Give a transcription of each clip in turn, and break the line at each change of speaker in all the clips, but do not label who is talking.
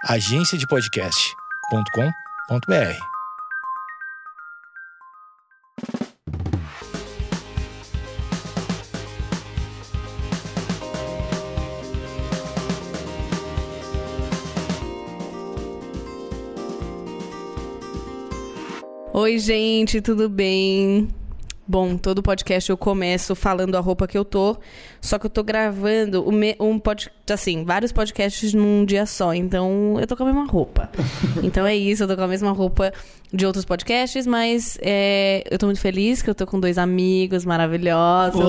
agenciadepodcast.com.br.
Oi, gente, tudo bem? Bom, todo podcast eu começo falando a roupa que eu tô, só que eu tô gravando vários podcasts num dia só, então eu tô com a mesma roupa. Então é isso, eu tô com a mesma roupa de outros podcasts, mas eu tô muito feliz que eu tô com dois amigos maravilhosos.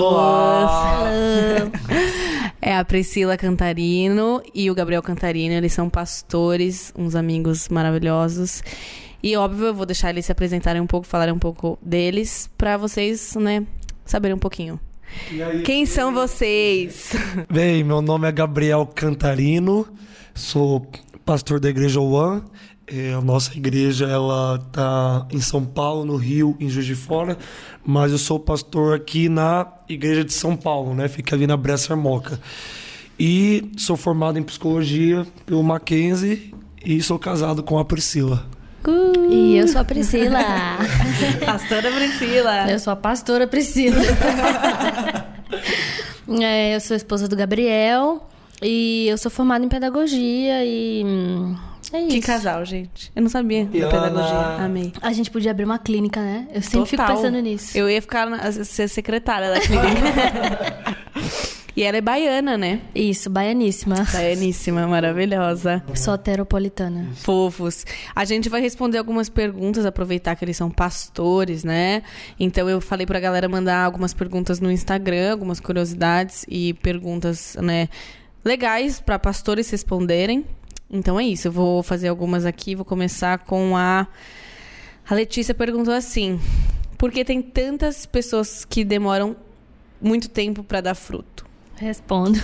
É a Priscila Cantarino e o Gabriel Cantarino, eles são pastores, uns amigos maravilhosos. E, óbvio, eu vou deixar eles se apresentarem um pouco, falarem um pouco deles, pra vocês, né, saberem um pouquinho. Quem são vocês?
Bem, meu nome é Gabriel Cantarino, sou pastor da Igreja One. A nossa igreja, ela tá em São Paulo, no Rio, em Juiz de Fora, mas eu sou pastor aqui na Igreja de São Paulo, né, fica ali na Bresser Moca. E sou formado em psicologia pelo Mackenzie e sou casado com a Priscila.
E eu sou a Priscila.
Pastora Priscila.
Eu sou a pastora Priscila. Eu sou a esposa do Gabriel e eu sou formada em pedagogia e é isso.
Que casal, gente. Eu não sabia da pedagogia. Amei.
A gente podia abrir uma clínica, né? Eu sempre fico pensando nisso.
Eu ia ser secretária da clínica. E ela é baiana, né?
Isso, baianíssima.
Baianíssima, maravilhosa.
Soteropolitana.
Fofos. A gente vai responder algumas perguntas, aproveitar que eles são pastores, né? Então eu falei pra galera mandar algumas perguntas no Instagram, algumas curiosidades e perguntas, né, legais pra pastores responderem. Então é isso, eu vou fazer algumas aqui, vou começar com a Letícia perguntou assim: por que tem tantas pessoas que demoram muito tempo pra dar fruto?
Respondo.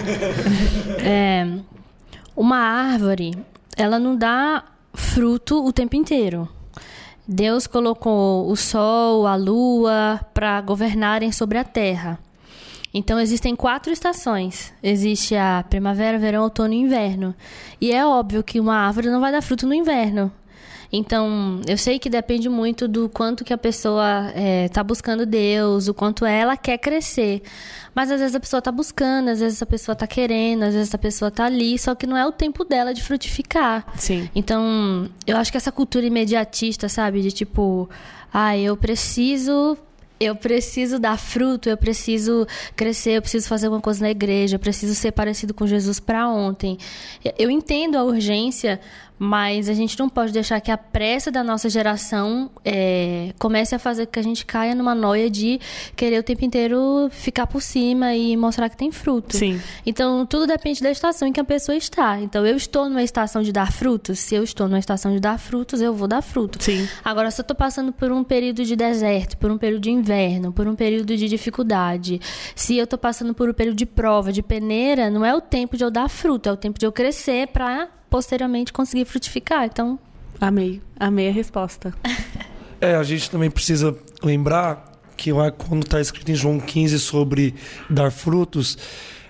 Uma árvore, ela não dá fruto o tempo inteiro. Deus colocou o sol, a lua para governarem sobre a terra. Então existem 4 estações. Existe a primavera, verão, outono e inverno. E é óbvio que uma árvore não vai dar fruto no inverno. Então, eu sei que depende muito do quanto que a pessoa está buscando Deus, o quanto ela quer crescer. Mas às vezes a pessoa está buscando, às vezes a pessoa está querendo, às vezes a pessoa está ali, só que não é o tempo dela de frutificar.
Sim.
Então, eu acho que essa cultura imediatista, sabe? De tipo, eu preciso dar fruto, eu preciso crescer, eu preciso fazer alguma coisa na igreja, eu preciso ser parecido com Jesus para ontem. Eu entendo a urgência, mas a gente não pode deixar que a pressa da nossa geração comece a fazer com que a gente caia numa noia de querer o tempo inteiro ficar por cima e mostrar que tem fruto.
Sim.
Então, tudo depende da estação em que a pessoa está. Então, eu estou numa estação de dar frutos. Se eu estou numa estação de dar frutos, eu vou dar fruto.
Sim.
Agora, se eu estou passando por um período de deserto, por um período de inverno, por um período de dificuldade, se eu estou passando por um período de prova, de peneira, não é o tempo de eu dar fruto, é o tempo de eu crescer para posteriormente conseguir frutificar. Então,
amei a resposta.
A gente também precisa lembrar que lá quando está escrito em João 15 sobre dar frutos,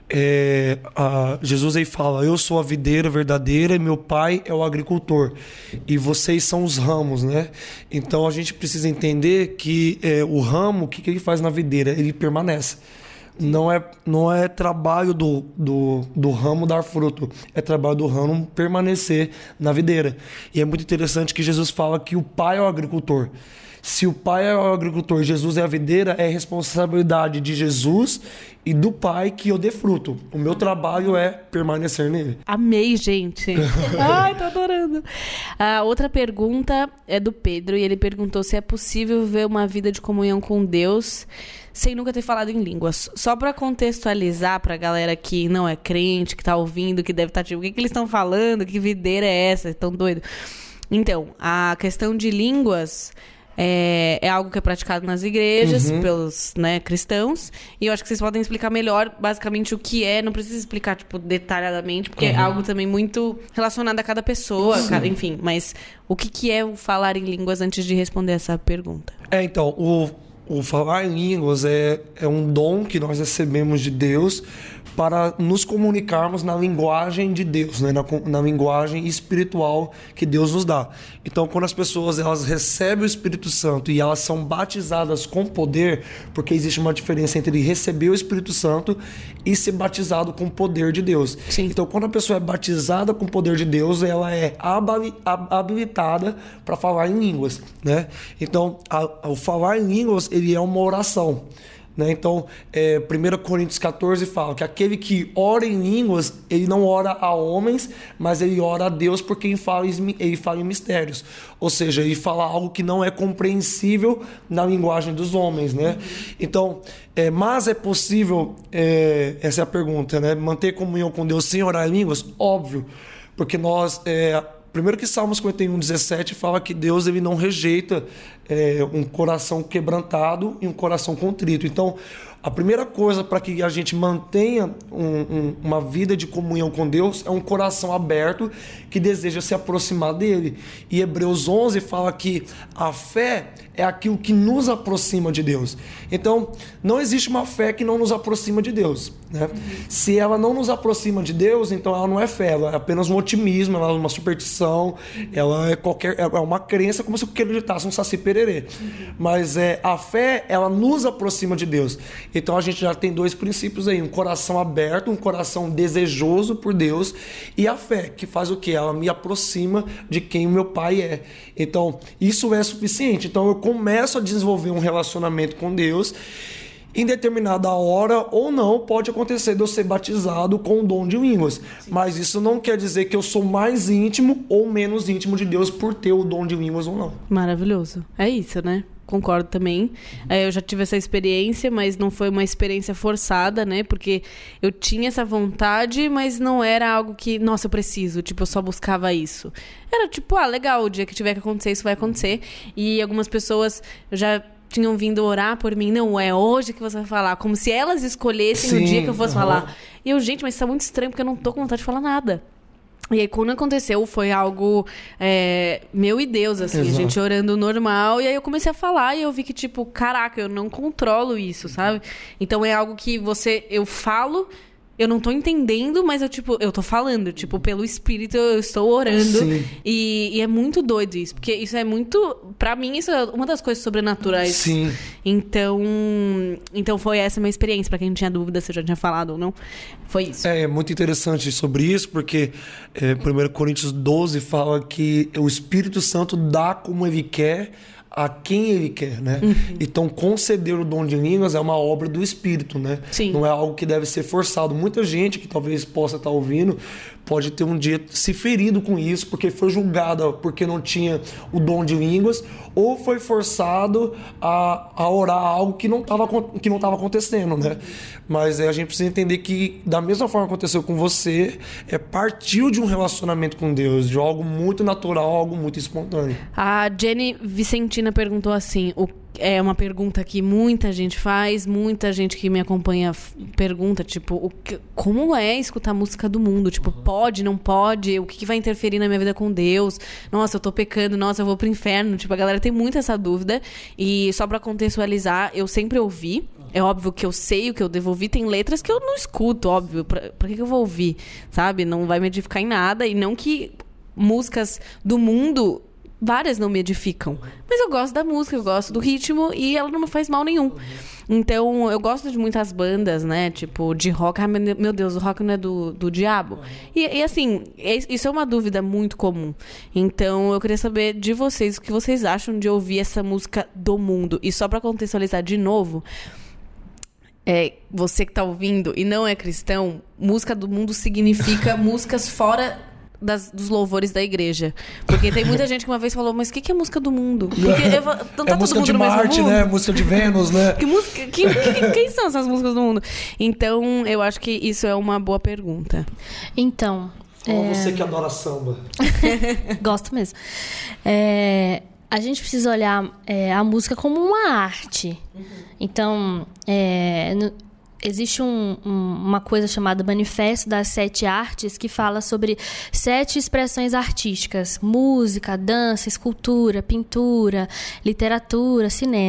Jesus aí fala: eu sou a videira verdadeira e meu pai é o agricultor e vocês são os ramos, né? Então a gente precisa entender que o ramo, o que ele faz na videira? Ele permanece. Não é trabalho do ramo dar fruto, é trabalho do ramo permanecer na videira. E é muito interessante que Jesus fala que o pai é o agricultor. Se o pai é o agricultor, Jesus é a videira, é responsabilidade de Jesus e do pai que eu dê fruto. O meu trabalho é permanecer nele.
Amei, gente. Ai, tô adorando. A outra pergunta é do Pedro, e ele perguntou se é possível viver uma vida de comunhão com Deus sem nunca ter falado em línguas. Só pra contextualizar pra galera que não é crente, que tá ouvindo, que deve estar tipo, o que eles estão falando? Que videira é essa? Tão doido. Então, a questão de línguas é algo que é praticado nas igrejas, pelos, né, cristãos. E eu acho que vocês podem explicar melhor, basicamente, o que é. Não precisa explicar, tipo, detalhadamente, porque é algo também muito relacionado a cada pessoa, enfim. Mas o que é o falar em línguas antes de responder essa pergunta?
Então, o falar em línguas é um dom que nós recebemos de Deus para nos comunicarmos na linguagem de Deus, né? Na linguagem espiritual que Deus nos dá. Então, quando as pessoas elas recebem o Espírito Santo e elas são batizadas com poder, porque existe uma diferença entre receber o Espírito Santo e ser batizado com o poder de Deus.
Sim.
Então, quando a pessoa é batizada com o poder de Deus, ela é habilitada para falar em línguas, né? Então, o falar em línguas, ele é uma oração. Então, 1 Coríntios 14 fala que aquele que ora em línguas, ele não ora a homens, mas ele ora a Deus por quem ele fala em mistérios. Ou seja, ele fala algo que não é compreensível na linguagem dos homens, né? Então, mas é possível, essa é a pergunta, né? Manter comunhão com Deus sem orar em línguas? Óbvio, porque nós... Primeiro que Salmos 51:17 fala que Deus ele não rejeita um coração quebrantado e um coração contrito. Então, a primeira coisa para que a gente mantenha uma vida de comunhão com Deus é um coração aberto que deseja se aproximar dele. E Hebreus 11 fala que a fé é aquilo que nos aproxima de Deus. Então, não existe uma fé que não nos aproxima de Deus, né? Se ela não nos aproxima de Deus, então ela não é fé, ela é apenas um otimismo, ela é uma superstição, ela é uma crença, como se eu acreditasse um saci pererê. Mas a fé, ela nos aproxima de Deus. Então a gente já tem dois princípios aí, um coração aberto, um coração desejoso por Deus, e a fé, que faz o quê? Ela me aproxima de quem o meu pai é. Então, isso é suficiente. Então eu começo a desenvolver um relacionamento com Deus. Em determinada hora ou não, pode acontecer de eu ser batizado com o dom de línguas. Sim. Mas isso não quer dizer que eu sou mais íntimo ou menos íntimo de Deus por ter o dom de línguas ou não.
Maravilhoso. É isso, né? Concordo também. Eu já tive essa experiência, mas não foi uma experiência forçada, né? Porque eu tinha essa vontade, mas não era algo que, nossa, eu preciso. Tipo, eu só buscava isso. Era tipo, legal, o dia que tiver que acontecer, isso vai acontecer. E algumas pessoas já tinham vindo orar por mim. Não, é hoje que você vai falar. Como se elas escolhessem o dia que eu fosse falar. E eu, gente, mas isso é muito estranho, porque eu não tô com vontade de falar nada. E aí, quando aconteceu, foi algo meu e Deus, assim, Exato. A gente orando normal. E aí eu comecei a falar e eu vi que, tipo, caraca, eu não controlo isso, sabe? Então é algo que eu falo, eu não tô entendendo, mas eu tô falando, tipo, pelo Espírito eu estou orando. E é muito doido isso, porque isso é muito... Pra mim, isso é uma das coisas sobrenaturais.
Sim.
Então foi essa a minha experiência, pra quem não tinha dúvida se eu já tinha falado ou não. Foi isso.
É muito interessante sobre isso, porque 1 Coríntios 12 fala que o Espírito Santo dá como ele quer a quem ele quer, né? Então, conceder o dom de línguas é uma obra do Espírito, né?
Sim.
Não é algo que deve ser forçado. Muita gente que talvez possa estar ouvindo pode ter um dia se ferido com isso, porque foi julgada porque não tinha o dom de línguas, ou foi forçado a orar algo que não estava acontecendo, né? Mas a gente precisa entender que, da mesma forma que aconteceu com você, partiu de um relacionamento com Deus, de algo muito natural, algo muito espontâneo.
A Jenny Vicentina perguntou assim, é uma pergunta que muita gente faz, muita gente que me acompanha pergunta, tipo, como é escutar música do mundo? Tipo, pode, não pode? O que vai interferir na minha vida com Deus? Nossa, eu tô pecando, nossa, eu vou pro inferno. Tipo, a galera tem muito essa dúvida. E só pra contextualizar, eu sempre ouvi. É óbvio que eu sei o que eu devo ouvir. Tem letras que eu não escuto, óbvio. Pra que eu vou ouvir? Sabe? Não vai me edificar em nada. E não que músicas do mundo... Várias não me edificam. Mas eu gosto da música, eu gosto do ritmo e ela não me faz mal nenhum. Então, eu gosto de muitas bandas, né? Tipo, de rock. Meu Deus, o rock não é do diabo? E assim, isso é uma dúvida muito comum. Então, eu queria saber de vocês o que vocês acham de ouvir essa música do mundo. E só pra contextualizar de novo... você que tá ouvindo e não é cristão, música do mundo significa músicas fora... dos louvores da igreja. Porque tem muita gente que uma vez falou, mas o que é música do mundo? Porque
tá música de Marte, né? Música de Vênus, né?
Quem são essas músicas do mundo? Então, eu acho que isso é uma boa pergunta.
Então...
Você que adora samba.
Gosto mesmo. A gente precisa olhar a música como uma arte. Então, existe uma coisa chamada Manifesto das 7 Artes, que fala sobre 7 expressões artísticas: música, dança, escultura, pintura, literatura, cinema.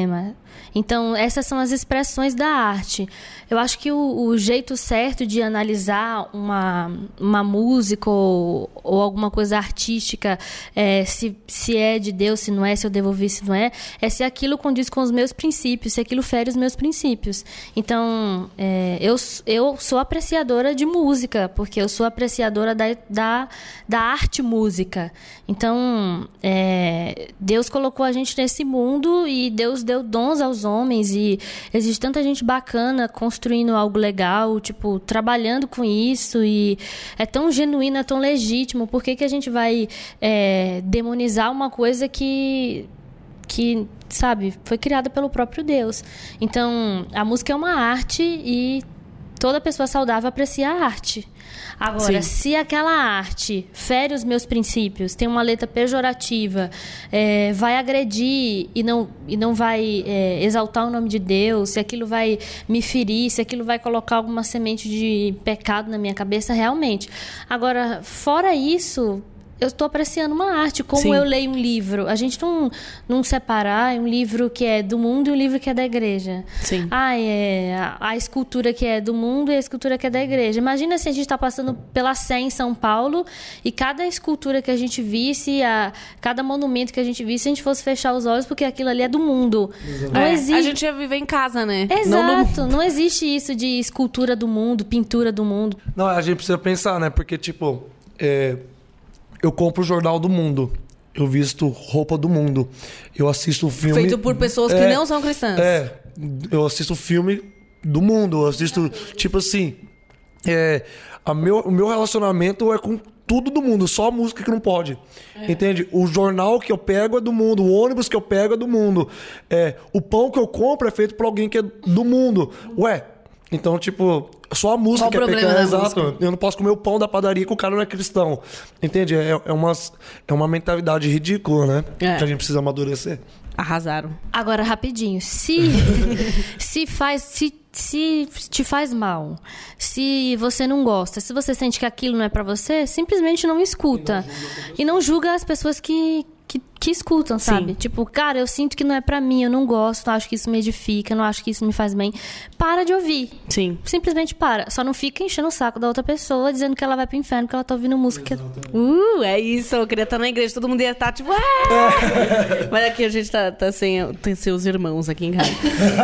Então, essas são as expressões da arte. Eu acho que o jeito certo de analisar uma música ou alguma coisa artística, se é de Deus, se não é, se eu devo ouvir, se não é se aquilo condiz com os meus princípios, se aquilo fere os meus princípios. Então, eu sou apreciadora de música, porque eu sou apreciadora da arte música. Então, Deus colocou a gente nesse mundo e Deus deu dons aos homens e existe tanta gente bacana construindo algo legal, tipo, trabalhando com isso e é tão genuíno, é tão legítimo. Por que a gente vai demonizar uma coisa que, sabe, foi criada pelo próprio Deus? Então, a música é uma arte e toda pessoa saudável aprecia a arte. Agora, se aquela arte fere os meus princípios, tem uma letra pejorativa, vai agredir e não vai exaltar o nome de Deus, se aquilo vai me ferir, se aquilo vai colocar alguma semente de pecado na minha cabeça, realmente. Agora, fora isso, eu estou apreciando uma arte, como eu leio um livro. A gente não separar um livro que é do mundo e um livro que é da igreja. Sim. A escultura que é do mundo e a escultura que é da igreja. Imagina se a gente está passando pela Sé em São Paulo e cada escultura que a gente visse, cada monumento que a gente visse, a gente fosse fechar os olhos porque aquilo ali é do mundo. Não existe... A
gente ia viver em casa, né?
Exato. Não existe isso de escultura do mundo, pintura do mundo.
Não, a gente precisa pensar, né? Porque, tipo... Eu compro o Jornal do Mundo. Eu visto roupa do mundo. Eu assisto filme...
Feito por pessoas que não são cristãs.
Eu assisto filme do mundo. Eu assisto... Tipo assim... O meu relacionamento é com tudo do mundo. Só a música que não pode. Entende? O jornal que eu pego é do mundo. O ônibus que eu pego é do mundo. O pão que eu compro é feito por alguém que é do mundo. Então, tipo... Só a música que é pecado, exato. Eu não posso comer o pão da padaria que o cara não é cristão. Entende? É uma mentalidade ridícula, né? Que a gente precisa amadurecer.
Arrasaram.
Agora, rapidinho. Se te faz mal, se você não gosta, se você sente que aquilo não é pra você, simplesmente não escuta. E não julga as pessoas que escutam, sabe? Tipo, cara, eu sinto que não é pra mim, eu não gosto, não acho que isso me edifica, não acho que isso me faz bem. Para de ouvir.
Sim.
Simplesmente para. Só não fica enchendo o saco da outra pessoa, dizendo que ela vai pro inferno, que ela tá ouvindo música.
É isso, eu queria estar na igreja, todo mundo ia estar tipo... Mas aqui a gente tem seus irmãos aqui em casa.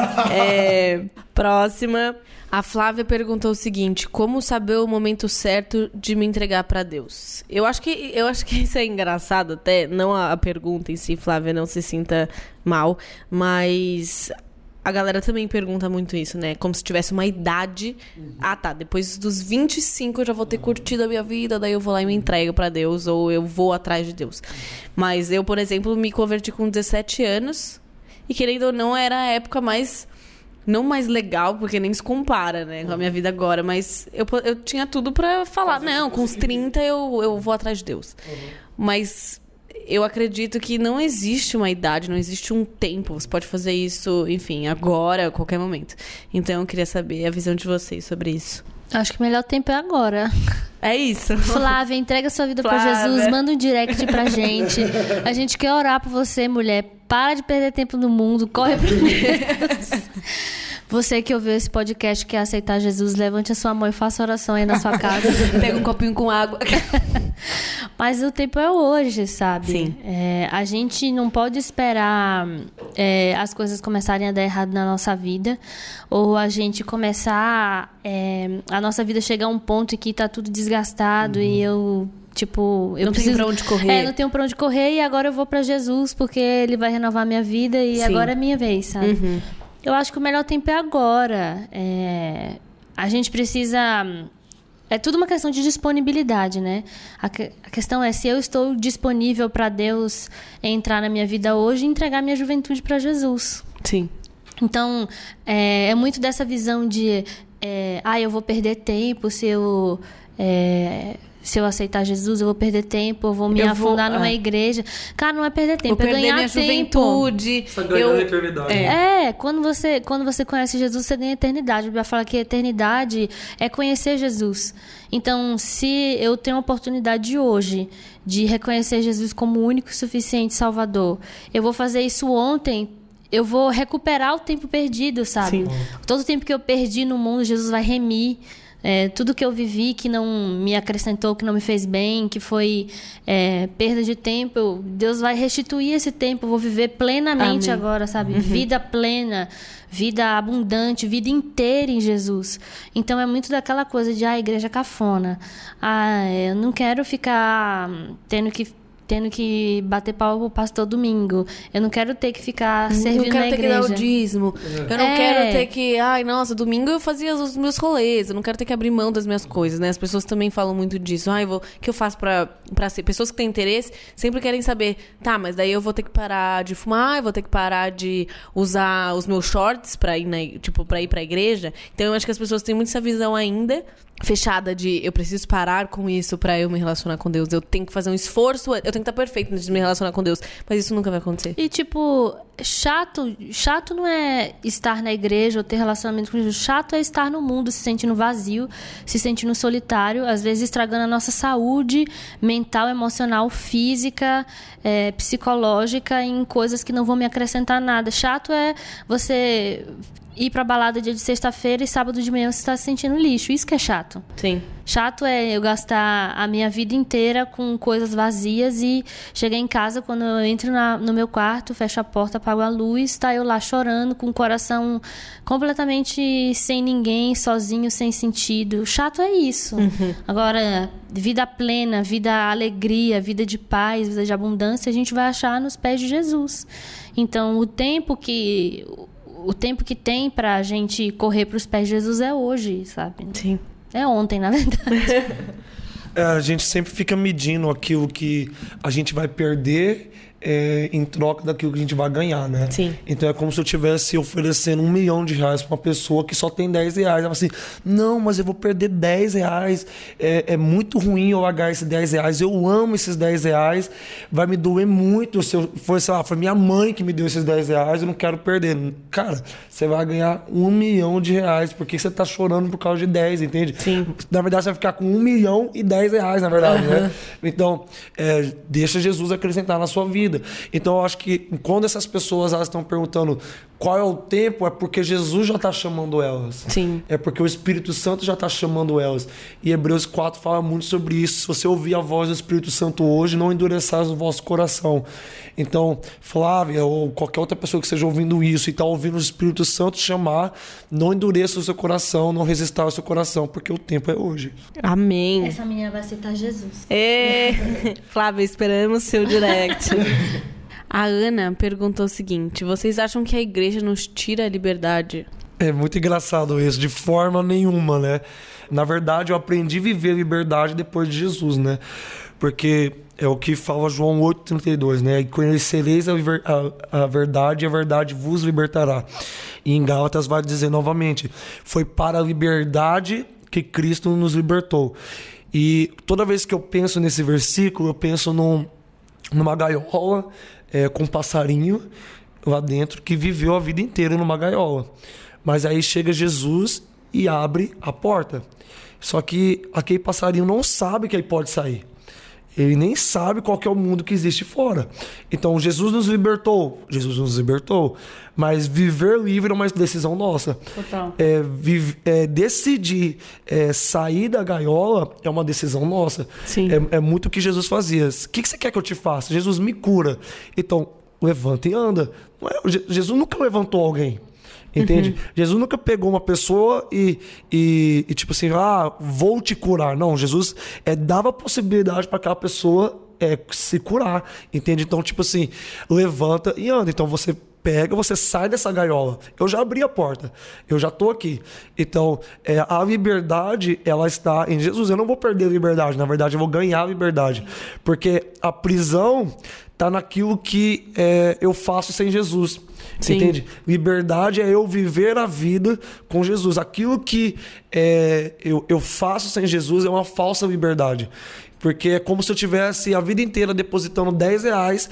Próxima... A Flávia perguntou o seguinte: como saber o momento certo de me entregar pra Deus? Eu acho que isso é engraçado até, não a pergunta em si, Flávia, não se sinta mal, mas a galera também pergunta muito isso, né? Como se tivesse uma idade. Depois dos 25 eu já vou ter curtido a minha vida, daí eu vou lá e me entrego pra Deus, ou eu vou atrás de Deus. Mas eu, por exemplo, me converti com 17 anos e, querendo ou não, era a época mais... Não mais legal, porque nem se compara, né, com a minha vida agora. Mas eu tinha tudo pra falar. Não, com os 30 eu vou atrás de Deus. Mas eu acredito que não existe uma idade, não existe um tempo. Você pode fazer isso, enfim, agora, a qualquer momento. Então eu queria saber a visão de vocês sobre isso.
Acho que o melhor tempo é agora.
É isso.
Flávia, entrega sua vida pra Jesus, manda um direct pra gente. A gente quer orar por você, mulher. Para de perder tempo no mundo, corre pra Deus. Você que ouviu esse podcast quer aceitar Jesus, levante a sua mão e faça oração aí na sua casa.
Pega um copinho com água.
Mas o tempo é hoje, sabe?
Sim.
A gente não pode esperar as coisas começarem a dar errado na nossa vida, ou a gente começar a nossa vida chegar a um ponto em que tá tudo desgastado e eu
não tenho pra onde correr.
Não tenho pra onde correr e agora eu vou pra Jesus porque Ele vai renovar a minha vida e agora é minha vez, sabe? Eu acho que o melhor tempo é agora. A gente precisa... É tudo uma questão de disponibilidade, né? A questão é se eu estou disponível para Deus entrar na minha vida hoje e entregar minha juventude para Jesus.
Sim.
Então, é muito dessa visão de... eu vou perder tempo se eu aceitar Jesus, eu vou perder tempo, eu vou me afundar numa igreja. Cara, não é perder tempo, é ganhar
minha
tempo.
Juventude.
Você ganha a eternidade.
Quando você conhece Jesus, você ganha eternidade. A Bíblia fala que a eternidade é conhecer Jesus. Então, se eu tenho a oportunidade hoje de reconhecer Jesus como o único e suficiente Salvador, eu vou fazer isso ontem eu vou recuperar o tempo perdido, sabe?
Sim.
Todo o tempo que eu perdi no mundo, Jesus vai remir. Tudo que eu vivi que não me acrescentou, que não me fez bem, que foi perda de tempo, Deus vai restituir esse tempo. Eu vou viver plenamente agora, sabe? Vida plena, vida abundante, vida inteira em Jesus. Então é muito daquela coisa de igreja cafona. Eu não quero ficar tendo que bater pau pro pastor domingo. Eu não quero ter que ficar servindo na igreja.
Eu não quero ter que dar o dízimo. Eu não quero ter que... nossa, domingo eu fazia os meus rolês. Eu não quero ter que abrir mão das minhas coisas, né? As pessoas também falam muito disso. O que eu faço pra ser? Pessoas que têm interesse sempre querem saber, tá, mas daí eu vou ter que parar de fumar, eu vou ter que parar de usar os meus shorts pra ir pra igreja. Então eu acho que as pessoas têm muito essa visão ainda fechada de eu preciso parar com isso pra eu me relacionar com Deus. Eu tenho que fazer um esforço, eu tenho que estar perfeito antes de me relacionar com Deus. Mas isso nunca vai acontecer.
E chato não é estar na igreja ou ter relacionamento com Jesus. Chato é estar no mundo, se sentindo vazio, se sentindo solitário, às vezes estragando a nossa saúde mental, emocional, física, psicológica, em coisas que não vão me acrescentar nada. Chato é você ir pra balada dia de sexta-feira e sábado de manhã você tá se sentindo lixo. Isso que é chato.
Sim.
Chato é eu gastar a minha vida inteira com coisas vazias e chegar em casa, quando eu entro no meu quarto, fecho a porta, apago a luz, tá eu lá chorando, com o coração completamente sem ninguém, sozinho, sem sentido. Chato é isso. Agora, vida plena, vida alegria, vida de paz, vida de abundância, a gente vai achar nos pés de Jesus. Então, o tempo que tem pra gente correr pros pés de Jesus é hoje, sabe?
Sim.
É ontem, na verdade.
A gente sempre fica medindo aquilo que a gente vai perder em troca daquilo que a gente vai ganhar, né?
Sim.
Então é como se eu estivesse oferecendo R$1 milhão pra uma pessoa que só tem R$10. Ela fala assim, não, mas eu vou perder R$10. É muito ruim eu largar esses R$10. Eu amo esses R$10. Vai me doer muito se eu for, sei lá, foi minha mãe que me deu esses R$10. Eu não quero perder. Cara, você vai ganhar R$1 milhão. Por que você tá chorando por causa de 10, entende?
Sim.
Na verdade, você vai ficar com R$1 milhão e R$10, na verdade, né? Então, deixa Jesus acrescentar na sua vida. Então eu acho que quando essas pessoas elas estão perguntando qual é o tempo, é porque Jesus já está chamando elas.
Sim.
É porque o Espírito Santo já está chamando elas. E Hebreus 4 fala muito sobre isso. Se você ouvir a voz do Espírito Santo hoje, não endureçais o vosso coração. Então, Flávia ou qualquer outra pessoa que esteja ouvindo isso e está ouvindo o Espírito Santo chamar, não endureça o seu coração, não resista ao seu coração, porque o tempo é hoje.
Amém.
Essa menina vai citar Jesus.
Flávia, esperamos seu direct. A Ana perguntou o seguinte: vocês acham que a igreja nos tira a liberdade?
É muito engraçado isso, de forma nenhuma, né? Na verdade, eu aprendi a viver a liberdade depois de Jesus, né? Porque é o que fala João 8,32, né? E conhecereis a verdade e a verdade vos libertará. E em Gálatas vai dizer novamente, foi para a liberdade que Cristo nos libertou. E toda vez que eu penso nesse versículo, eu penso numa gaiola com um passarinho lá dentro que viveu a vida inteira numa gaiola. Mas aí chega Jesus e abre a porta. Só que aquele passarinho não sabe que ele pode sair. Ele nem sabe qual que é o mundo que existe fora. Então, Jesus nos libertou. Mas viver livre é uma decisão nossa.
Total.
Decidir sair da gaiola é uma decisão nossa.
Sim.
É muito o que Jesus fazia. O que você quer que eu te faça? Jesus me cura. Então, levanta e anda. Jesus nunca levantou alguém. Entende? Jesus nunca pegou uma pessoa e tipo assim, vou te curar. Não, Jesus dava possibilidade para aquela pessoa se curar. Entende? Então, tipo assim, levanta e anda. Então, você sai dessa gaiola. Eu já abri a porta. Eu já tô aqui. Então, a liberdade, ela está em Jesus. Eu não vou perder a liberdade. Na verdade, eu vou ganhar a liberdade. Porque a prisão tá naquilo que eu faço sem Jesus. Você entende? Liberdade é eu viver a vida com Jesus. Aquilo que eu faço sem Jesus é uma falsa liberdade. Porque é como se eu tivesse a vida inteira depositando R$10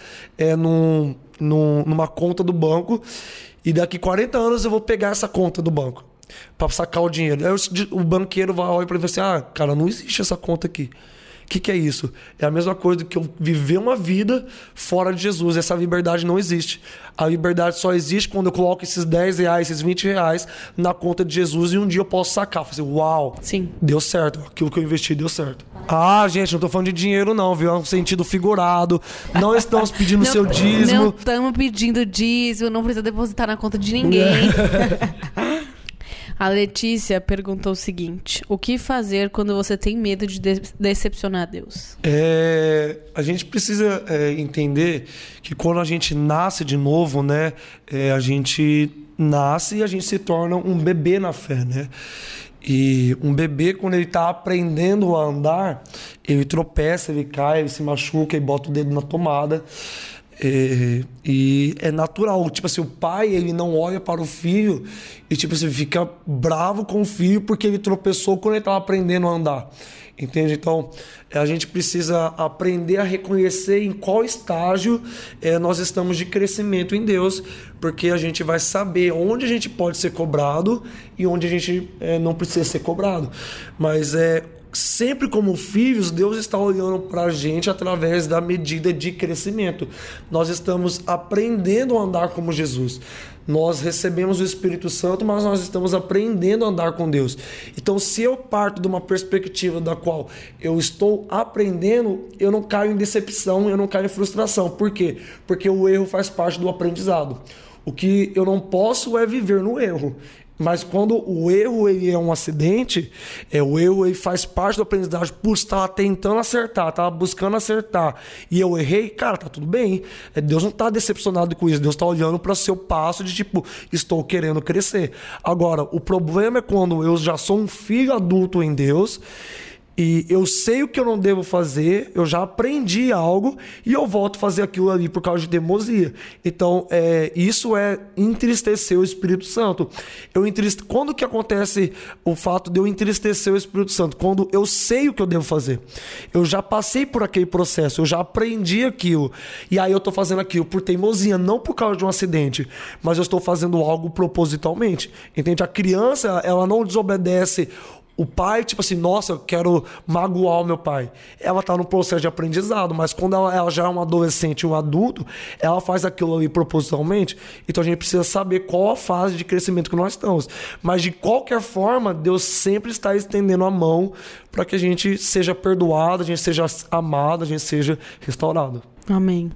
numa conta do banco e daqui 40 anos eu vou pegar essa conta do banco para sacar o dinheiro. Aí o banqueiro vai olhar para mim e fala assim, cara, não existe essa conta aqui. O que é isso? É a mesma coisa do que eu viver uma vida fora de Jesus. Essa liberdade não existe. A liberdade só existe quando eu coloco esses 10 reais, esses 20 reais na conta de Jesus e um dia eu posso sacar. Fazer, uau,
Sim.
deu certo. Aquilo que eu investi deu certo. Ah, gente, não tô falando de dinheiro não, viu? É um sentido figurado. Não estamos pedindo seu dízimo.
Não estamos pedindo dízimo, não precisa depositar na conta de ninguém. A Letícia perguntou o seguinte: o que fazer quando você tem medo de decepcionar Deus?
A gente precisa entender que quando a gente nasce de novo, né, a gente nasce e a gente se torna um bebê na fé, né? E um bebê, quando ele está aprendendo a andar, ele tropeça, ele cai, ele se machuca e bota o dedo na tomada. E é natural, tipo assim, o pai, ele não olha para o filho e tipo assim, fica bravo com o filho porque ele tropeçou quando ele estava aprendendo a andar, entende? Então a gente precisa aprender a reconhecer em qual estágio nós estamos de crescimento em Deus, porque a gente vai saber onde a gente pode ser cobrado e onde a gente não precisa ser cobrado. Mas sempre como filhos, Deus está olhando para a gente através da medida de crescimento. Nós estamos aprendendo a andar como Jesus. Nós recebemos o Espírito Santo, mas nós estamos aprendendo a andar com Deus. Então, se eu parto de uma perspectiva da qual eu estou aprendendo, eu não caio em decepção, eu não caio em frustração. Por quê? Porque o erro faz parte do aprendizado. O que eu não posso é viver no erro. Mas quando o erro ele é um acidente, o erro ele faz parte do aprendizagem. Por estar tentando acertar, estava buscando acertar e eu errei, cara, tá tudo bem. Deus não está decepcionado com isso. Deus está olhando para o seu passo de tipo, estou querendo crescer. Agora, o problema é quando eu já sou um filho adulto em Deus e eu sei o que eu não devo fazer, eu já aprendi algo e eu volto a fazer aquilo ali por causa de teimosia. Então, isso é entristecer o Espírito Santo. Quando que acontece o fato de eu entristecer o Espírito Santo? Quando eu sei o que eu devo fazer. Eu já passei por aquele processo, eu já aprendi aquilo. E aí eu estou fazendo aquilo por teimosia, não por causa de um acidente, mas eu estou fazendo algo propositalmente. Entende? A criança, ela não desobedece o pai, tipo assim, nossa, eu quero magoar o meu pai. Ela tá no processo de aprendizado, mas quando ela já é um adolescente, um adulto, ela faz aquilo ali propositalmente. Então a gente precisa saber qual a fase de crescimento que nós estamos. Mas de qualquer forma, Deus sempre está estendendo a mão para que a gente seja perdoado, a gente seja amado, a gente seja restaurado.
Amém.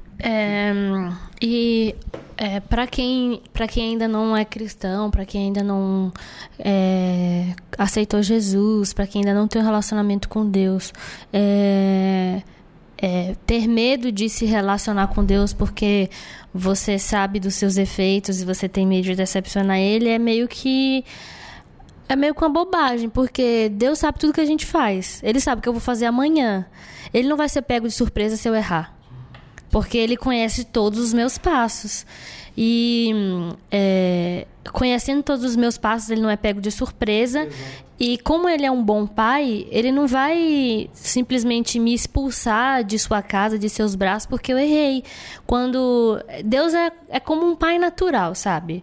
Para quem ainda não é cristão, para quem ainda não aceitou Jesus, para quem ainda não tem um relacionamento com Deus, ter medo de se relacionar com Deus porque você sabe dos seus efeitos e você tem medo de decepcionar Ele, é meio que uma bobagem, porque Deus sabe tudo que a gente faz. Ele sabe o que eu vou fazer amanhã. Ele não vai ser pego de surpresa se eu errar, porque Ele conhece todos os meus passos. E conhecendo todos os meus passos, Ele não é pego de surpresa. Exato. E como Ele é um bom pai, Ele não vai simplesmente me expulsar de sua casa, de seus braços, porque eu errei. Quando Deus é como um pai natural, sabe?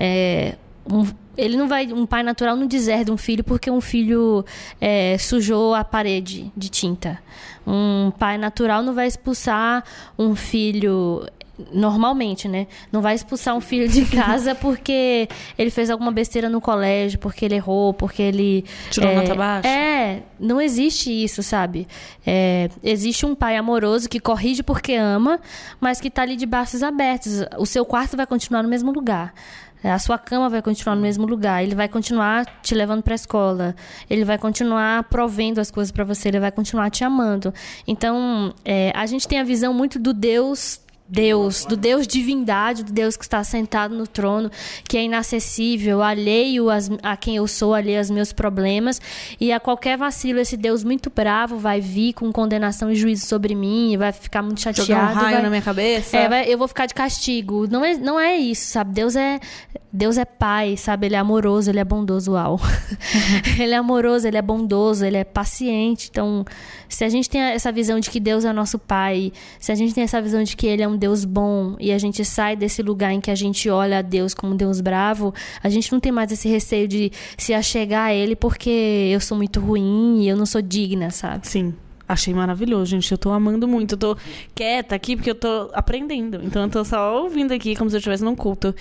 Um pai natural não deserda um filho porque um filho sujou a parede de tinta. Um pai natural não vai expulsar um filho, normalmente, né? Não vai expulsar um filho de casa porque ele fez alguma besteira no colégio, porque ele errou, porque ele
tirou nota baixa.
Não existe isso, sabe? Existe um pai amoroso que corrige porque ama, mas que tá ali de braços abertos. O seu quarto vai continuar no mesmo lugar. A sua cama vai continuar no mesmo lugar. Ele vai continuar te levando para a escola. Ele vai continuar provendo as coisas para você. Ele vai continuar te amando. Então, a gente tem a visão muito do Deus divindade, do Deus que está sentado no trono, que é inacessível, alheio a quem eu sou, alheio aos meus problemas, e a qualquer vacilo esse Deus muito bravo vai vir com condenação e juízo sobre mim, vai ficar muito chateado,
jogar um raio na minha cabeça,
eu vou ficar de castigo. Não é isso, sabe? Deus é pai, sabe? Ele é amoroso, ele é bondoso. Uau. Ele é amoroso, ele é bondoso, ele é paciente. Então, se a gente tem essa visão de que Deus é nosso pai, se a gente tem essa visão de que ele é um Deus bom, e a gente sai desse lugar em que a gente olha a Deus como um Deus bravo, a gente não tem mais esse receio de se achegar a ele porque eu sou muito ruim e eu não sou digna, sabe?
Sim. Achei maravilhoso, gente. Eu tô amando muito. Eu tô quieta aqui porque eu tô aprendendo. Então eu tô só ouvindo aqui como se eu estivesse num culto.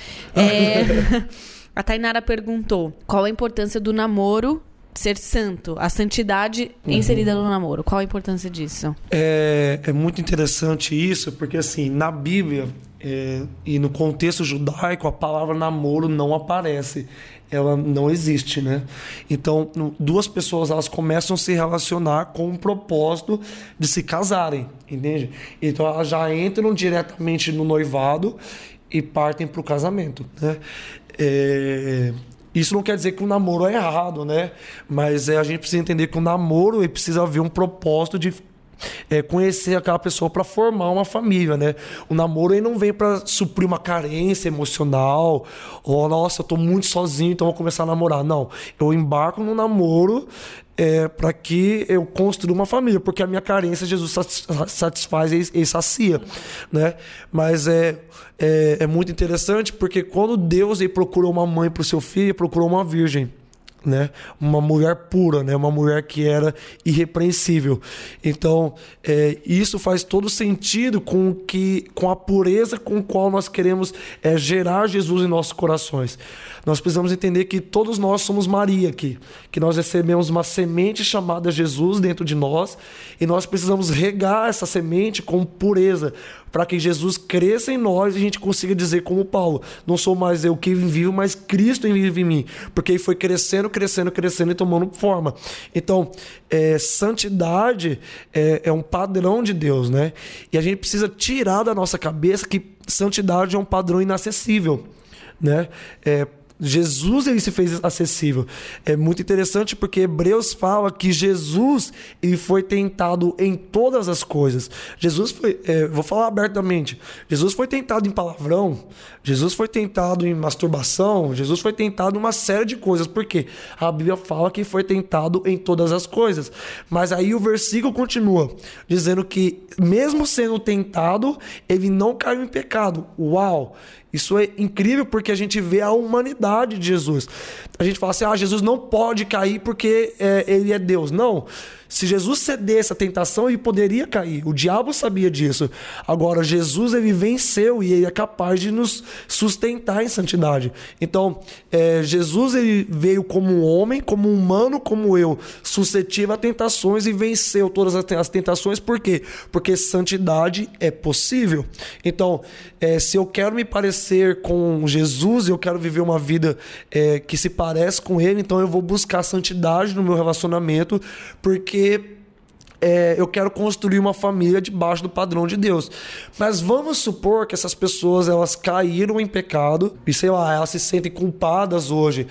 A Tainara perguntou qual a importância do namoro ser santo, a santidade inserida no namoro. Qual a importância disso?
É muito interessante isso, porque assim, na Bíblia e no contexto judaico, a palavra namoro não aparece. Ela não existe, né? Então, duas pessoas, elas começam a se relacionar com o propósito de se casarem, entende? Então, elas já entram diretamente no noivado e partem para o casamento, né? Isso não quer dizer que o namoro é errado, né? Mas a gente precisa entender que o namoro ele precisa haver um propósito de conhecer aquela pessoa para formar uma família, né? O namoro ele não vem para suprir uma carência emocional, ou nossa, eu tô muito sozinho, então vou começar a namorar. Não, eu embarco no namoro para que eu construa uma família, porque a minha carência Jesus satisfaz e sacia, né? Mas é muito interessante porque quando Deus ele procurou uma mãe para o seu filho, ele procurou uma virgem, né? Uma mulher pura, né? Uma mulher que era irrepreensível. Então, isso faz todo sentido com a pureza com a qual nós queremos gerar Jesus em nossos corações. Nós precisamos entender que todos nós somos Maria aqui, que nós recebemos uma semente chamada Jesus dentro de nós e nós precisamos regar essa semente com pureza, para que Jesus cresça em nós e a gente consiga dizer como Paulo, não sou mais eu que vivo, mas Cristo vive em mim, porque ele foi crescendo e tomando forma. Então, santidade é um padrão de Deus, né? E a gente precisa tirar da nossa cabeça que santidade é um padrão inacessível, né? Jesus ele se fez acessível. É muito interessante porque Hebreus fala que Jesus ele foi tentado em todas as coisas. Jesus foi, vou falar abertamente, Jesus foi tentado em palavrão, Jesus foi tentado em masturbação, Jesus foi tentado em uma série de coisas. Por quê? A Bíblia fala que foi tentado em todas as coisas. Mas aí o versículo continua dizendo que mesmo sendo tentado, ele não caiu em pecado. Uau! Isso é incrível porque a gente vê a humanidade de Jesus. A gente fala assim, Jesus não pode cair porque ele é Deus. Não. Se Jesus cedesse à tentação, ele poderia cair. O diabo sabia disso. Agora, Jesus ele venceu e ele é capaz de nos sustentar em santidade. Então, Jesus ele veio como um homem, como um humano, como eu, suscetível a tentações e venceu todas as tentações. Por quê? Porque santidade é possível. Então, se eu quero me parecer com Jesus, eu quero viver uma vida que se parece com ele, então eu vou buscar santidade no meu relacionamento, porque eu quero construir uma família debaixo do padrão de Deus. Mas vamos supor que essas pessoas elas caíram em pecado e sei lá, elas se sentem culpadas hoje.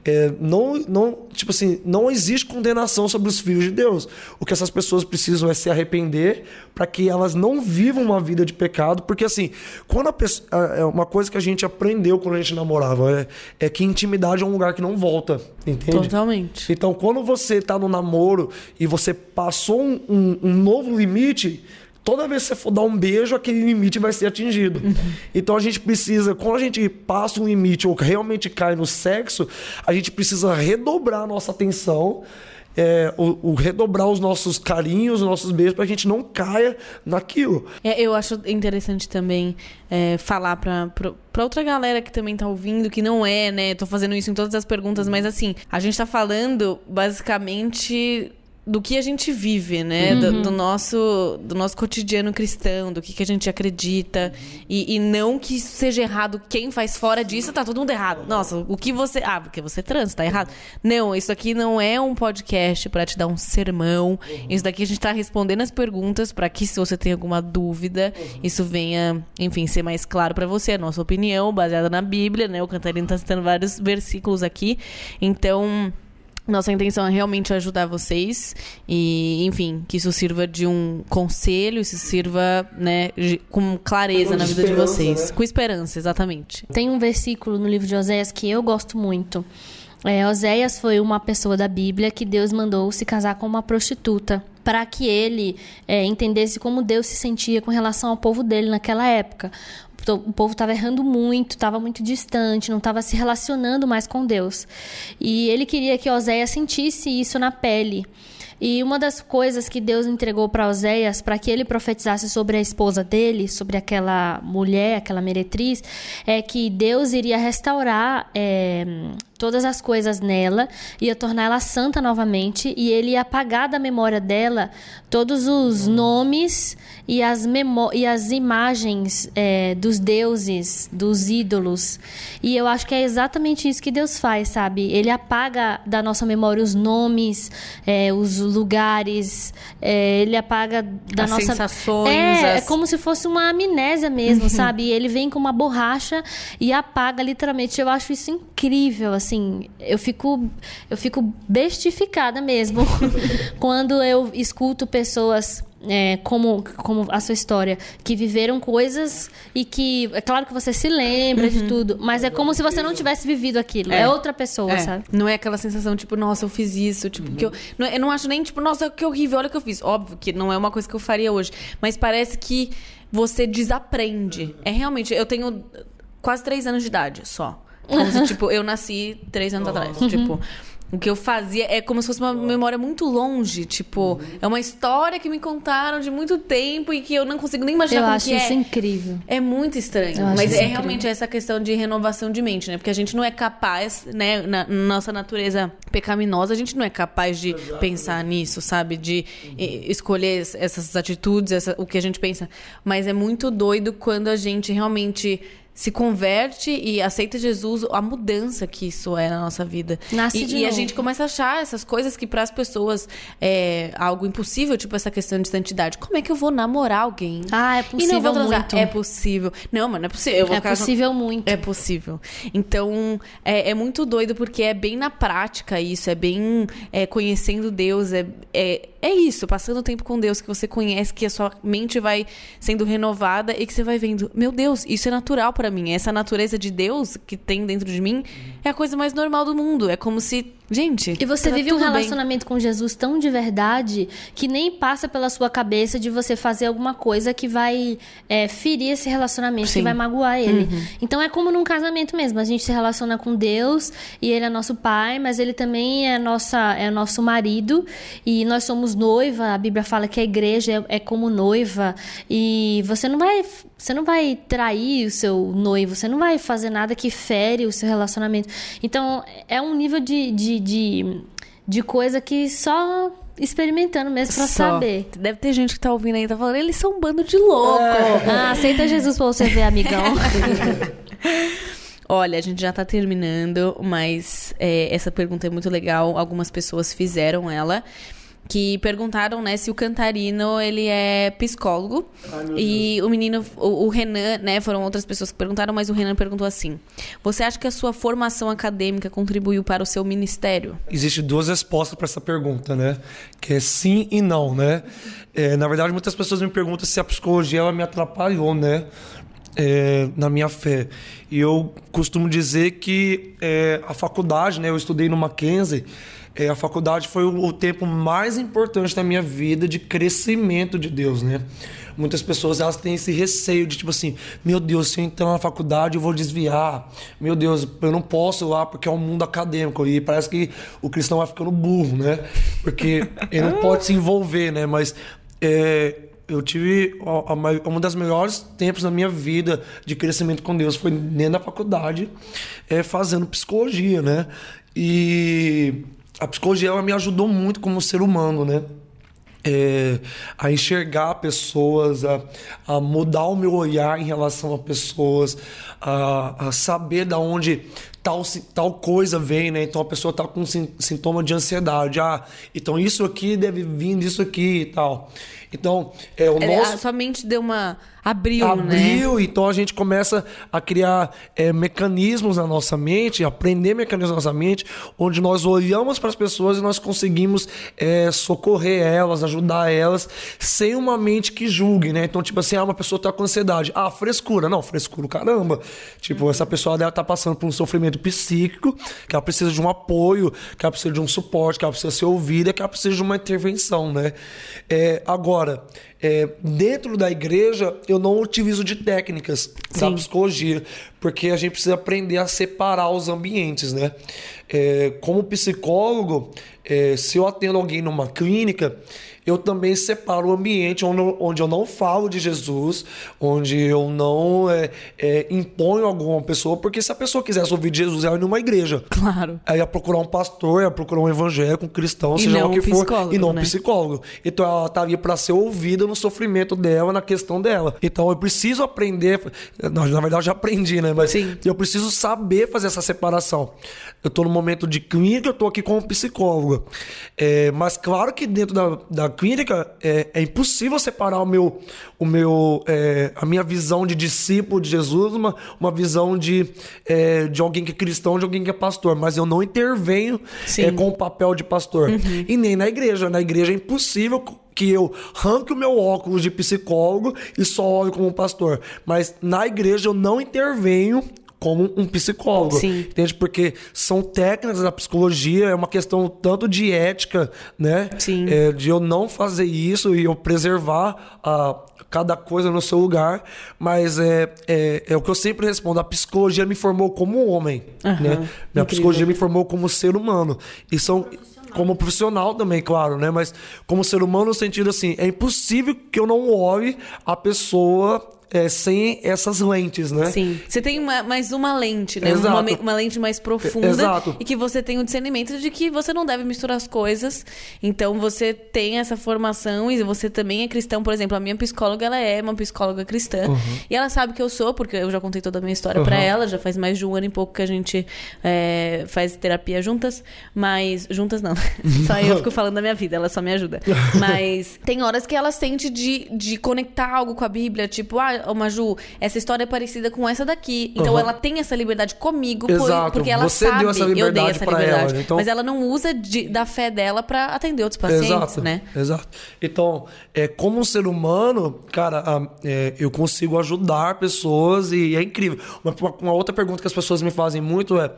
Tipo assim, não existe condenação sobre os filhos de Deus. O que essas pessoas precisam é se arrepender para que elas não vivam uma vida de pecado, porque assim, quando uma coisa que a gente aprendeu quando a gente namorava é que intimidade é um lugar que não volta, entende?
Totalmente.
Então, quando você está no namoro e você passou um novo limite, toda vez que você for dar um beijo, aquele limite vai ser atingido. Então a gente precisa, quando a gente passa um limite ou realmente cai no sexo, a gente precisa redobrar a nossa atenção, redobrar os nossos carinhos, os nossos beijos, para a gente não caia naquilo.
Eu acho interessante também falar pra outra galera que também tá ouvindo, que não né? Tô fazendo isso em todas as perguntas, mas assim, a gente tá falando basicamente do que a gente vive, né? Do nosso cotidiano cristão, do que a gente acredita. E não que isso seja errado. Quem faz fora disso, tá todo mundo errado. Nossa, o que você... porque você trans, tá errado. Não, isso aqui não é um podcast pra te dar um sermão. Isso daqui a gente tá respondendo as perguntas pra que, se você tem alguma dúvida, isso venha, enfim, ser mais claro pra você. A nossa opinião, baseada na Bíblia, né? O Cantarino tá citando vários versículos aqui. Então... nossa intenção é realmente ajudar vocês e, enfim, que isso sirva de um conselho, isso sirva, né, com clareza na vida de vocês. Né? Com esperança, exatamente.
Tem um versículo no livro de Oséias que eu gosto muito. Oséias foi uma pessoa da Bíblia que Deus mandou se casar com uma prostituta para que ele entendesse como Deus se sentia com relação ao povo dele naquela época. O povo estava errando muito, estava muito distante, não estava se relacionando mais com Deus. E ele queria que Oséias sentisse isso na pele. E uma das coisas que Deus entregou para Oséias, para que ele profetizasse sobre a esposa dele, sobre aquela mulher, aquela meretriz, é que Deus iria restaurar todas as coisas nela, ia tornar ela santa novamente, e ele ia apagar da memória dela todos os nomes e as imagens dos deuses, dos ídolos. E eu acho que é exatamente isso que Deus faz, sabe? Ele apaga da nossa memória os nomes, os lugares, ele apaga da
as
nossa...
sensações.
É como se fosse uma amnésia mesmo, sabe? E ele vem com uma borracha e apaga literalmente. Eu acho isso incrível, assim. Eu fico bestificada mesmo quando eu escuto pessoas... como a sua história, que viveram coisas e que, é claro que você se lembra de tudo, mas é como se você não tivesse vivido aquilo, é outra pessoa, sabe?
Não é aquela sensação, tipo, nossa, eu fiz isso, tipo, que eu não acho nem, tipo, nossa, que horrível, olha o que eu fiz. Óbvio que não é uma coisa que eu faria hoje, mas parece que você desaprende. Realmente, eu tenho quase 3 anos de idade só. Como se, tipo, eu nasci 3 anos atrás, tipo... O que eu fazia é como se fosse uma memória muito longe. Tipo, é uma história que me contaram de muito tempo e que eu não consigo nem imaginar como que é. Eu acho isso
incrível.
É muito estranho. Mas realmente essa questão de renovação de mente, né? Porque a gente não é capaz, né? Na nossa natureza pecaminosa, a gente não é capaz de pensar nisso, sabe? De escolher essas atitudes, o que a gente pensa. Mas é muito doido quando a gente realmente... se converte e aceita Jesus, a mudança que isso é na nossa vida. E a gente começa a achar essas coisas que para as pessoas é algo impossível, tipo essa questão de santidade. Como é que eu vou namorar alguém?
É possível,
e não vou transar?
muito.
É possível. Não, mano, é possível.
Possível muito.
É possível. Então, é muito doido porque é bem na prática isso, é bem conhecendo Deus, é isso, passando tempo com Deus, que você conhece, que a sua mente vai sendo renovada e que você vai vendo, meu Deus, isso é natural pra mim. Essa natureza de Deus que tem dentro de mim é a coisa mais normal do mundo. É como se... Gente,
e você vive um relacionamento com Jesus tão de verdade que nem passa pela sua cabeça de você fazer alguma coisa que vai ferir esse relacionamento, que vai magoar ele. Então é como num casamento mesmo. A gente se relaciona com Deus e ele é nosso pai, mas ele também é nosso marido e nós somos noiva. A Bíblia fala que a igreja é como noiva e você não vai trair o seu noivo, você não vai fazer nada que fere o seu relacionamento. Então é um nível de coisa que só experimentando mesmo pra saber.
Deve ter gente que tá ouvindo aí e tá falando, eles são um bando de louco.
Aceita Jesus pra você ver, amigão.
Olha, a gente já tá terminando, mas essa pergunta é muito legal. Algumas pessoas fizeram ela, que perguntaram, né, se o Cantarino, ele é psicólogo. E o menino, o Renan, né, foram outras pessoas que perguntaram, mas o Renan perguntou assim: você acha que a sua formação acadêmica contribuiu para o seu ministério?
Existem 2 respostas para essa pergunta, né? Que é sim e não, né? Na verdade, muitas pessoas me perguntam se a psicologia ela me atrapalhou, né? Na minha fé. E eu costumo dizer que a faculdade, né? Eu estudei no Mackenzie. A faculdade foi o tempo mais importante da minha vida de crescimento de Deus, né? Muitas pessoas, elas têm esse receio de, tipo assim, meu Deus, se eu entrar na faculdade eu vou desviar. Meu Deus, eu não posso ir lá porque é um mundo acadêmico. E parece que o cristão vai ficando burro, né? Porque ele não pode se envolver, né? Mas eu tive um dos melhores tempos da minha vida de crescimento com Deus foi dentro da faculdade, fazendo psicologia, né? E a psicologia ela me ajudou muito como ser humano, né? A enxergar pessoas, a mudar o meu olhar em relação a pessoas, a saber de onde tal coisa vem, né? Então a pessoa está com sintoma de ansiedade. Então isso aqui deve vir disso aqui e tal. Então,
a sua mente deu uma... Abriu, né?
Então a gente começa a criar mecanismos na nossa mente, aprender mecanismos na nossa mente, onde nós olhamos para as pessoas e nós conseguimos socorrer elas, ajudar elas, sem uma mente que julgue, né? Então, tipo assim, uma pessoa está com ansiedade. Frescura. Não, frescura, caramba. Tipo, essa pessoa deve estar passando por um sofrimento psíquico, que ela precisa de um apoio, que ela precisa de um suporte, que ela precisa ser ouvida, que ela precisa de uma intervenção, né? Agora, dentro da igreja, eu não utilizo de técnicas da psicologia, porque a gente precisa aprender a separar os ambientes, né? Como psicólogo, se eu atendo alguém numa clínica, eu também separo o ambiente onde eu não falo de Jesus, onde eu não imponho alguma pessoa, porque se a pessoa quisesse ouvir de Jesus, ela ia numa igreja.
Claro.
Ela ia procurar um pastor, ia procurar um evangélico, um cristão,
E
seja
não
lá o que
um
for,
psicólogo,
e não um
né?
psicólogo. Então ela tá ali para ser ouvida no sofrimento dela, na questão dela. Então eu preciso aprender, na verdade eu já aprendi, né? Mas
Sim.
eu preciso saber fazer essa separação. Eu tô no momento de clínica, eu tô aqui como psicóloga. Mas claro que dentro da clínica é impossível separar a minha visão de discípulo de Jesus, uma visão de alguém que é cristão, de alguém que é pastor. Mas eu não intervenho com o papel de pastor. E nem na igreja. Na igreja é impossível que eu arranque o meu óculos de psicólogo e só olho como pastor. Mas na igreja eu não intervenho como um psicólogo.
Sim.
Entende? Porque são técnicas da psicologia, é uma questão tanto de ética, né?
Sim.
De eu não fazer isso e eu preservar cada coisa no seu lugar, mas é o que eu sempre respondo, a psicologia me formou como homem, né? Minha psicologia me formou como ser humano. E são... Como profissional também, claro, né? Mas como ser humano no sentido assim, é impossível que eu não olhe a pessoa sem essas lentes, né?
Sim. Você tem mais uma lente, né?
Exato.
Uma lente mais profunda.
Exato.
E que você tem o discernimento de que você não deve misturar as coisas. Então, você tem essa formação e você também é cristão. Por exemplo, a minha psicóloga, ela é uma psicóloga cristã. E ela sabe que eu sou, porque eu já contei toda a minha história pra ela. Já faz mais de 1 ano e pouco que a gente faz terapia juntas. Mas... Juntas não. Só eu fico falando da minha vida. Ela só me ajuda. Mas tem horas que ela sente de conectar algo com a Bíblia. Tipo, Maju, essa história é parecida com essa daqui. Então ela tem essa liberdade comigo,
Exato.
porque ela
Você
sabe,
deu essa
eu dei
liberdade
essa
pra
liberdade.
ela, então...
Mas ela não usa da fé dela pra atender outros pacientes,
Exato,
né?
Exato. Então, como um ser humano, cara, eu consigo ajudar pessoas e é incrível. Uma outra pergunta que as pessoas me fazem muito é: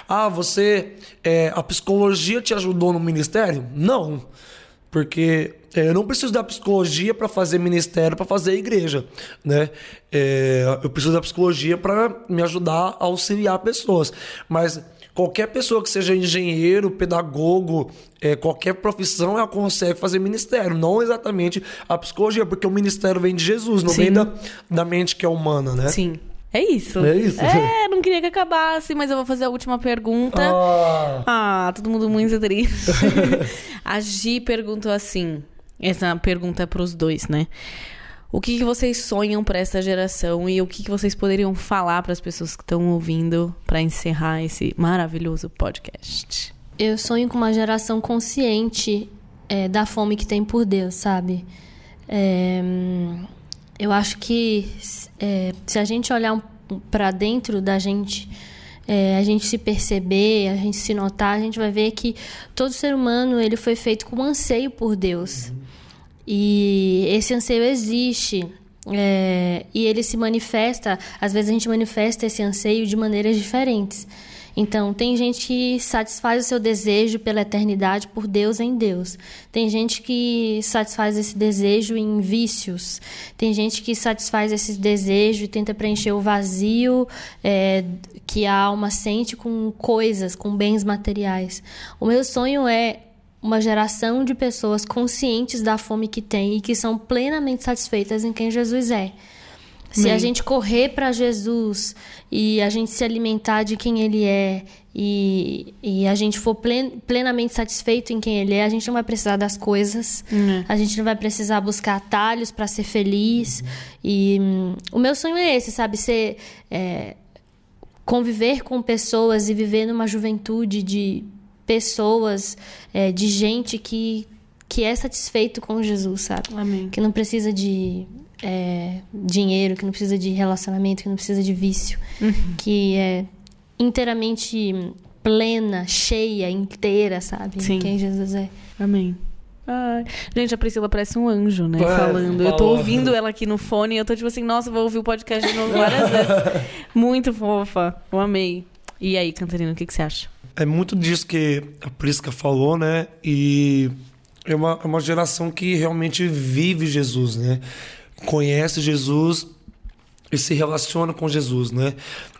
a psicologia te ajudou no ministério? Não. Porque eu não preciso da psicologia para fazer ministério, para fazer igreja, né? Eu preciso da psicologia para me ajudar a auxiliar pessoas. Mas qualquer pessoa que seja engenheiro, pedagogo, qualquer profissão, ela consegue fazer ministério. Não exatamente a psicologia, porque o ministério vem de Jesus, não vem da mente que é humana, né?
Sim. É isso.
É isso.
Não queria que acabasse, mas eu vou fazer a última pergunta. Todo mundo muito triste. A Gi perguntou assim, essa pergunta é pros dois, né? O que vocês sonham para essa geração e o que vocês poderiam falar para as pessoas que estão ouvindo para encerrar esse maravilhoso podcast?
Eu sonho com uma geração consciente da fome que tem por Deus, sabe? Eu acho que se a gente olhar para dentro da gente, a gente se perceber, a gente se notar, a gente vai ver que todo ser humano ele foi feito com um anseio por Deus. E esse anseio existe. E ele se manifesta, às vezes a gente manifesta esse anseio de maneiras diferentes. Então, tem gente que satisfaz o seu desejo pela eternidade por Deus em Deus. Tem gente que satisfaz esse desejo em vícios. Tem gente que satisfaz esse desejo e tenta preencher o vazio que a alma sente com coisas, com bens materiais. O meu sonho é uma geração de pessoas conscientes da fome que tem e que são plenamente satisfeitas em quem Jesus é. Se a gente correr para Jesus e a gente se alimentar de quem Ele é e a gente for plenamente satisfeito em quem Ele é, a gente não vai precisar das coisas, a gente não vai precisar buscar atalhos para ser feliz. E o meu sonho é esse, sabe? Conviver com pessoas e viver numa juventude de pessoas, de gente que é satisfeito com Jesus, sabe?
Amém.
Que não precisa de dinheiro, que não precisa de relacionamento, que não precisa de vício, que é inteiramente plena, cheia, inteira, sabe?
Sim.
Quem Jesus é.
Amém. Ai. Gente, a Priscila parece um anjo, né? Falando. Eu tô ouvindo ela aqui no fone e eu tô tipo assim, nossa, vou ouvir o podcast de novo várias vezes. Muito fofa. Eu amei. E aí, Cantarina, o que você acha?
É muito disso que a Prisca falou, né? E é uma geração que realmente vive Jesus, né? Conhece Jesus e se relaciona com Jesus, né?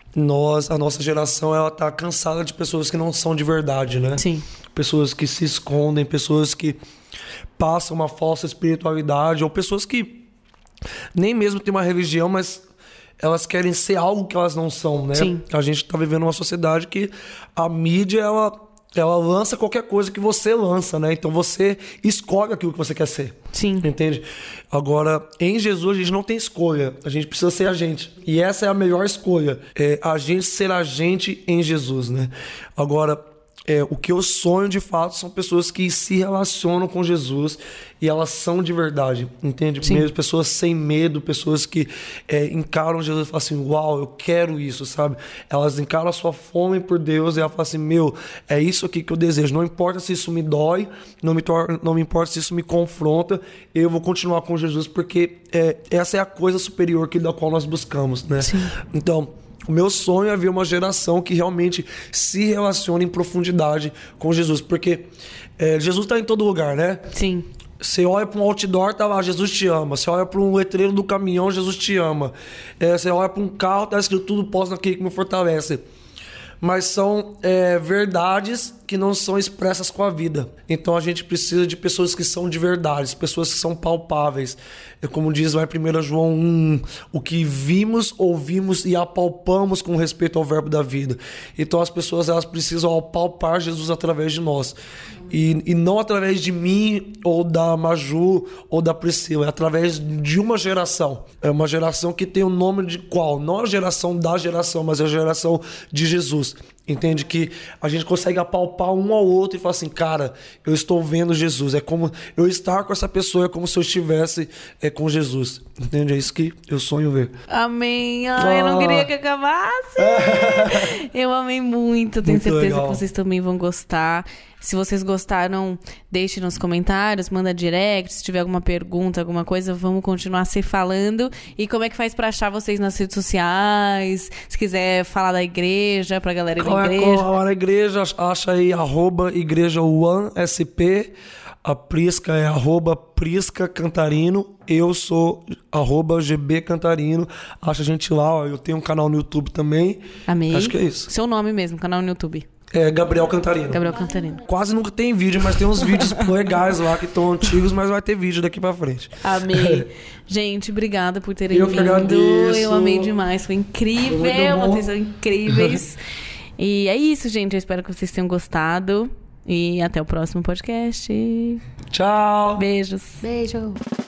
a nossa geração, ela tá cansada de pessoas que não são de verdade, né?
Sim.
Pessoas que se escondem, pessoas que passam uma falsa espiritualidade, ou pessoas que nem mesmo têm uma religião, mas elas querem ser algo que elas não são, né?
Sim.
A gente tá vivendo uma sociedade que a mídia, ela lança qualquer coisa que você lança, né? Então você escolhe aquilo que você quer ser.
Sim.
Entende? Agora, em Jesus a gente não tem escolha. A gente precisa ser a gente. E essa é a melhor escolha. É a gente ser a gente em Jesus, né? Agora, o que eu sonho de fato são pessoas que se relacionam com Jesus e elas são de verdade, entende?
Sim.
Mesmo pessoas sem medo, pessoas que encaram Jesus e falam assim, uau, eu quero isso, sabe? Elas encaram a sua fome por Deus e elas falam assim, meu, é isso aqui que eu desejo. Não importa se isso me dói, não me importa se isso me confronta, eu vou continuar com Jesus porque essa é a coisa superior da qual nós buscamos, né?
Sim.
Então, o meu sonho é ver uma geração que realmente se relacione em profundidade com Jesus. Porque Jesus está em todo lugar, né?
Sim.
Você olha para um outdoor, tá lá, Jesus te ama. Você olha para um letreiro do caminhão, Jesus te ama. Você olha para um carro, tá escrito tudo posso naquele que me fortalece. Mas são verdades que não são expressas com a vida. Então a gente precisa de pessoas que são de verdade, pessoas que são palpáveis. Como diz lá em 1 João 1, o que vimos, ouvimos e apalpamos com respeito ao verbo da vida. Então as pessoas elas precisam apalpar Jesus através de nós. E não através de mim, ou da Maju, ou da Priscila. É através de uma geração. É uma geração que tem o nome de qual? Não a geração da geração, mas a geração de Jesus. Entende? Que a gente consegue apalpar um ao outro e falar assim, cara, eu estou vendo Jesus. É como eu estar com essa pessoa, é como se eu estivesse com Jesus. Entende? É isso que eu sonho ver.
Amém. Ai, eu não queria que acabasse. Eu amei muito. Tenho
Muito
certeza
legal.
que vocês também vão gostar. Se vocês gostaram, deixe nos comentários, manda direct. Se tiver alguma pergunta, alguma coisa, vamos continuar se falando. E como é que faz pra achar vocês nas redes sociais? Se quiser falar da igreja, pra galera da igreja.
A igreja, acha aí @igreja OneSP. A Prisca é @Prisca Cantarino. Eu sou @GB Cantarino. Acha a gente lá, ó. Eu tenho um canal no YouTube também.
Amei.
Acho que é isso.
Seu nome mesmo, canal no YouTube.
É Gabriel Cantarino.
Gabriel Cantarino.
Quase nunca tem vídeo, mas tem uns vídeos legais lá que estão antigos, mas vai ter vídeo daqui pra frente.
Amei. Gente, obrigada por terem
Eu que
vindo.
agradeço.
Eu amei demais. Foi incrível.
Foi muito bom.
Vocês são incríveis. E é isso, gente. Eu espero que vocês tenham gostado. E até o próximo podcast.
Tchau!
Beijos.
Beijo.